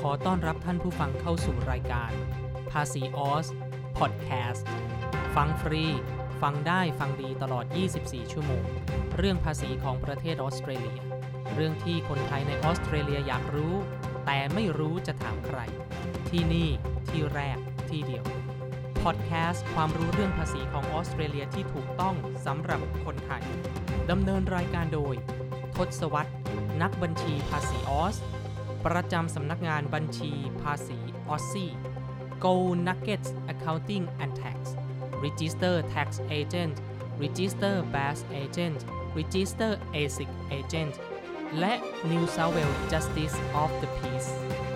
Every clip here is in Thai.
ขอต้อนรับท่านผู้ฟังเข้าสู่รายการภาษีออสพอดแคสต์ฟังฟรีฟังได้ฟังดีตลอด24ชั่วโมงเรื่องภาษีของประเทศออสเตรเลียเรื่องที่คนไทยในออสเตรเลียอยากรู้แต่ไม่รู้จะถามใครที่นี่ที่แรกที่เดียวพอดแคสต์ความรู้เรื่องภาษีของออสเตรเลียที่ถูกต้องสำหรับคนไทยดำเนินรายการโดยทศวรรษนักบัญชีภาษีออสประจำสำนักงานบัญชีภาษีออสซี่ Go Nuggets Accounting and Tax Register Tax Agent Register Bass Agent Register ASIC Agent และ New South Wales Justice of the Peace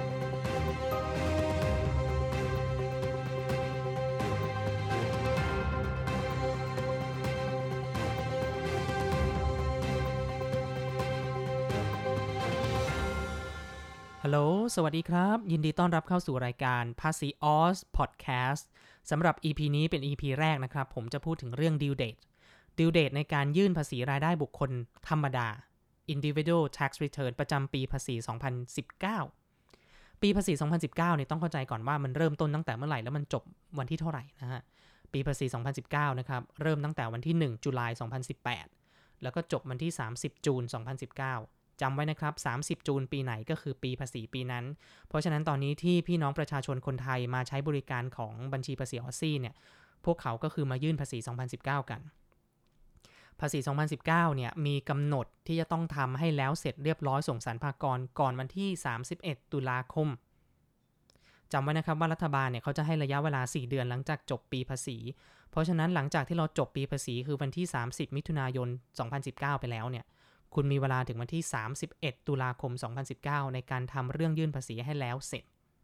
ฮัลโหลสวัสดีครับยินดีต้อนรับเข้าสู่รายการภาษีออสพอดแคสต์สำหรับ EP นี้เป็น EP แรกนะครับผมจะพูดถึงเรื่อง Due Date ในการยื่นภาษีรายได้บุคคลธรรมดา Individual Tax Return ประจำปีภาษี 2019 ปีภาษี 2019เนี่ยต้องเข้าใจก่อนว่ามันเริ่มต้นตั้งแต่เมื่อไหร่แล้วมันจบวันที่เท่าไหร่นะฮะปีภาษี 2019 นะครับเริ่มตั้งแต่วันที่ 1 ตุลาคม 2018 แล้วก็จบวันที่ 30 จูน 2019จำไว้นะครับ30จูนปีไหนก็คือปีภาษีปีนั้นเพราะฉะนั้นตอนนี้ที่พี่น้องประชาชนคนไทยมาใช้บริการของบัญชีภาษีออสซี่เนี่ยพวกเขาก็คือมายื่นภาษี2019กันภาษี2019เนี่ยมีกำหนดที่จะต้องทำให้แล้วเสร็จเรียบร้อยส่งสรรพากรก่อนวันที่31ตุลาคมจำไว้นะครับว่ารัฐบาลเนี่ยเขาจะให้ระยะเวลา4เดือนหลังจากจบปีภาษีเพราะฉะนั้นหลังจากที่เราจบปีภาษีคือวันที่30มิถุนายน2019ไปแล้วเนี่ยคุณมีเวลาถึงวันที่31ตุลาคม2019ในการทำเรื่องยื่นภาษีให้แล้วเสร็จ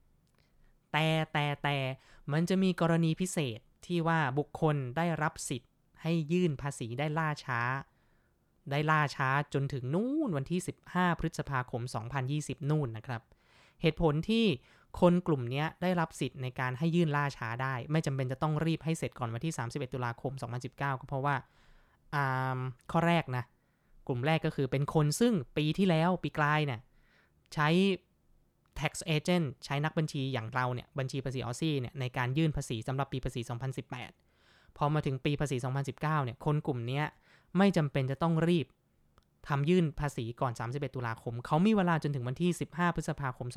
แต่มันจะมีกรณีพิเศษที่ว่าบุคคลได้รับสิทธิ์ให้ยื่นภาษีได้ล่าช้าจนถึงนู่นวันที่15พฤษภาคม2020นู่นนะครับเหตุผลที่คนกลุ่มนี้ได้รับสิทธิ์ในการให้ยื่นล่าช้าได้ไม่จำเป็นจะต้องรีบให้เสร็จก่อนวันที่31ตุลาคม2019ก็เพราะว่าข้อแรกนะกลุ่มแรกก็คือเป็นคนซึ่งปีที่แล้วปีกลายเนี่ยใช้ tax agent ใช้นักบัญชีอย่างเราเนี่ยบัญชีภาษีออสซี่เนี่ยในการยื่นภาษีสำหรับปีภาษี2018พอมาถึงปีภาษี2019เนี่ยคนกลุ่มนี้ไม่จำเป็นจะต้องรีบทำยื่นภาษีก่อน31ตุลาคมเขามีเวลาจนถึงวันที่15พฤษภาคม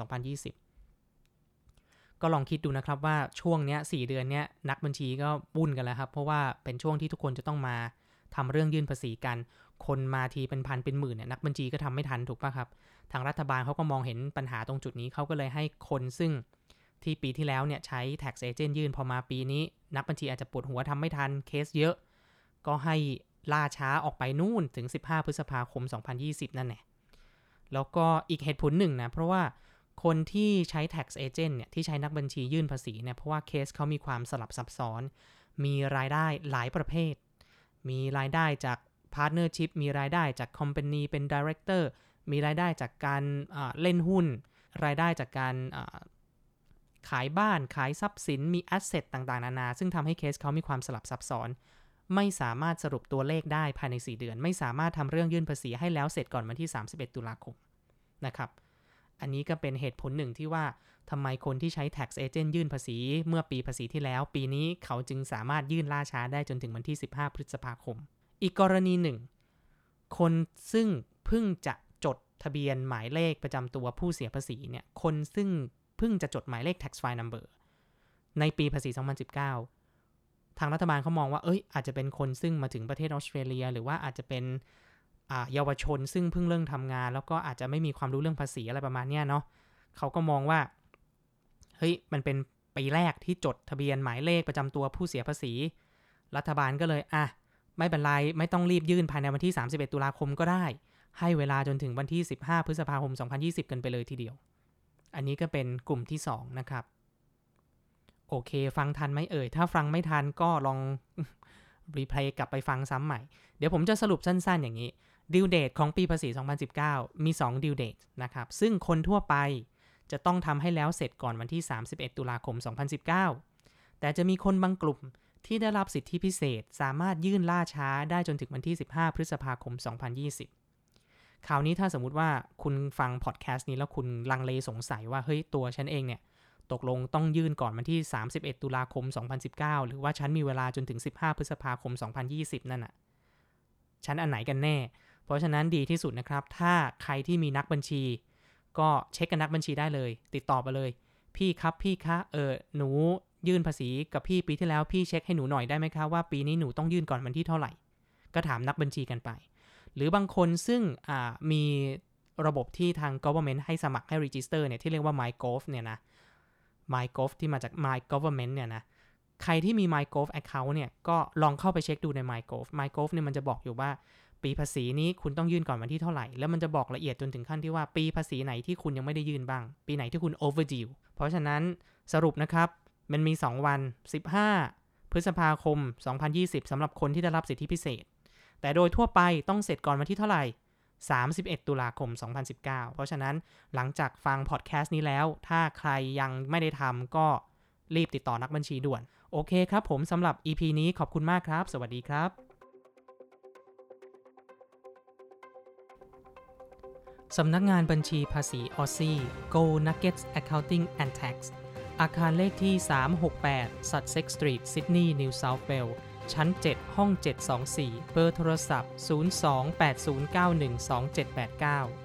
2020ก็ลองคิดดูนะครับว่าช่วงเนี้ย4เดือนเนี้ยนักบัญชีก็วุ่นกันแล้วครับเพราะว่าเป็นช่วงที่ทุกคนจะต้องมาทำเรื่องยื่นภาษีกันคนมาทีเป็นพันเป็นหมื่นเนี่ยนักบัญชีก็ทำไม่ทันถูกป่ะครับทางรัฐบาลเขาก็มองเห็นปัญหาตรงจุดนี้เขาก็เลยให้คนซึ่งที่ปีที่แล้วเนี่ยใช้ tax agent ยื่นพอมาปีนี้นักบัญชีอาจจะปวดหัวทำไม่ทันเคสเยอะก็ให้ล่าช้าออกไปนู่นถึง15พฤษภาคม2020นั่นแหละแล้วก็อีกเหตุผลหนึ่งนะเพราะว่าคนที่ใช้ tax agent เนี่ยที่ใช้นักบัญชียื่นภาษีเนี่ยเพราะว่าเคสเขามีความสลับซับซ้อนมีรายได้หลายประเภทมีรายได้จากพาร์ทเนอร์ชิพมีรายได้จากคอมพานีเป็นไดเรคเตอร์มีรายได้จากการเล่นหุ้นรายได้จากการขายบ้านขายทรัพย์สินมีแอสเซทต่างๆนานาซึ่งทำให้เคสเขามีความสลับซับซ้อนไม่สามารถสรุปตัวเลขได้ภายใน4เดือนไม่สามารถทำเรื่องยื่นภาษีให้แล้วเสร็จก่อนวันที่31ตุลาคมนะครับอันนี้ก็เป็นเหตุผลหนึ่งที่ว่าทำไมคนที่ใช้ tax agent ยื่นภาษีเมื่อปีภาษีที่แล้วปีนี้เขาจึงสามารถยื่นล่าช้าได้จนถึงวันที่15พฤษภาคมอีกกรณีหนึ่งคนซึ่งเพิ่งจะจดทะเบียนหมายเลขประจำตัวผู้เสียภาษีเนี่ยคนซึ่งเพิ่งจะจดหมายเลข tax file number ในปีภาษี2019ทางรัฐบาลเขามองว่าอาจจะเป็นคนซึ่งมาถึงประเทศออสเตรเลียหรือว่าอาจจะเป็นเยาวชนซึ่งเพิ่งเริ่มทำงานแล้วก็อาจจะไม่มีความรู้เรื่องภาษีอะไรประมาณนี้เนาะเขาก็มองว่ามันเป็นปีแรกที่จดทะเบียนหมายเลขประจำตัวผู้เสียภาษีรัฐบาลก็เลยไม่เป็นไรไม่ต้องรีบยื่นภายในวันที่31ตุลาคมก็ได้ให้เวลาจนถึงวันที่15พฤษภาคม2020กันไปเลยทีเดียวอันนี้ก็เป็นกลุ่มที่2นะครับโอเคฟังทันไหมถ้าฟังไม่ทันก็ลองรีเพลย์กลับไปฟังซ้ำใหม่เดี๋ยวผมจะสรุปสั้นๆอย่างนี้ Due Date ของปีภาษี2019มี2 Due Date นะครับซึ่งคนทั่วไปจะต้องทำให้แล้วเสร็จก่อนวันที่31ตุลาคม2019แต่จะมีคนบางกลุ่มที่ได้รับสิทธิพิเศษสามารถยื่นล่าช้าได้จนถึงวันที่15พฤษภาคม2020 คราวนี้ถ้าสมมุติว่าคุณฟังพอดแคสต์นี้แล้วคุณลังเลสงสัยว่าเฮ้ยตัวฉันเองเนี่ยตกลงต้องยื่นก่อนวันที่31ตุลาคม2019หรือว่าฉันมีเวลาจนถึง15พฤษภาคม2020นั่นน่ะฉันอันไหนกันแน่เพราะฉะนั้นดีที่สุดนะครับถ้าใครที่มีนักบัญชีก็เช็คกับนักบัญชีได้เลยติดต่อไปเลยพี่ครับพี่คะหนูยื่นภาษีกับพี่ปีที่แล้วพี่เช็คให้หนูหน่อยได้ไหมคะว่าปีนี้หนูต้องยื่นก่อนวันที่เท่าไหร่ก็ถามนักบัญชีกันไปหรือบางคนซึ่งมีระบบที่ทาง government ให้สมัครให้ register เนี่ยที่เรียกว่า MyGov เนี่ยนะ MyGov ที่มาจาก My Government เนี่ยนะใครที่มี MyGov account เนี่ยก็ลองเข้าไปเช็คดูใน MyGov เนี่ยมันจะบอกอยู่ว่าปีภาษีนี้คุณต้องยื่นก่อนวันที่เท่าไหร่แล้วมันจะบอกละเอียดจนถึงขั้นที่ว่าปีภาษีไหนที่คุณยังไม่ได้ยื่นบ้างปีไหนที่คุณ overdue เพราะฉะนั้นสรุปนะครับมันมี2วัน15พฤษภาคม2020สำหรับคนที่ได้รับสิทธิพิเศษแต่โดยทั่วไปต้องเสร็จก่อนวันที่เท่าไหร่31ตุลาคม2019เพราะฉะนั้นหลังจากฟังพอดแคสต์นี้แล้วถ้าใครยังไม่ได้ทำก็รีบติดต่อนักบัญชีด่วนโอเคครับผมสำหรับ EP นี้ขอบคุณมากครับสวัสดีครับสำนักงานบัญชีภาษีออซซี่ Go Nuggets Accounting and Tax อาคารเลขที่368 Sussex Street Sydney New South Wales ชั้น7ห้อง724เบอร์โทรศัพท์0280912789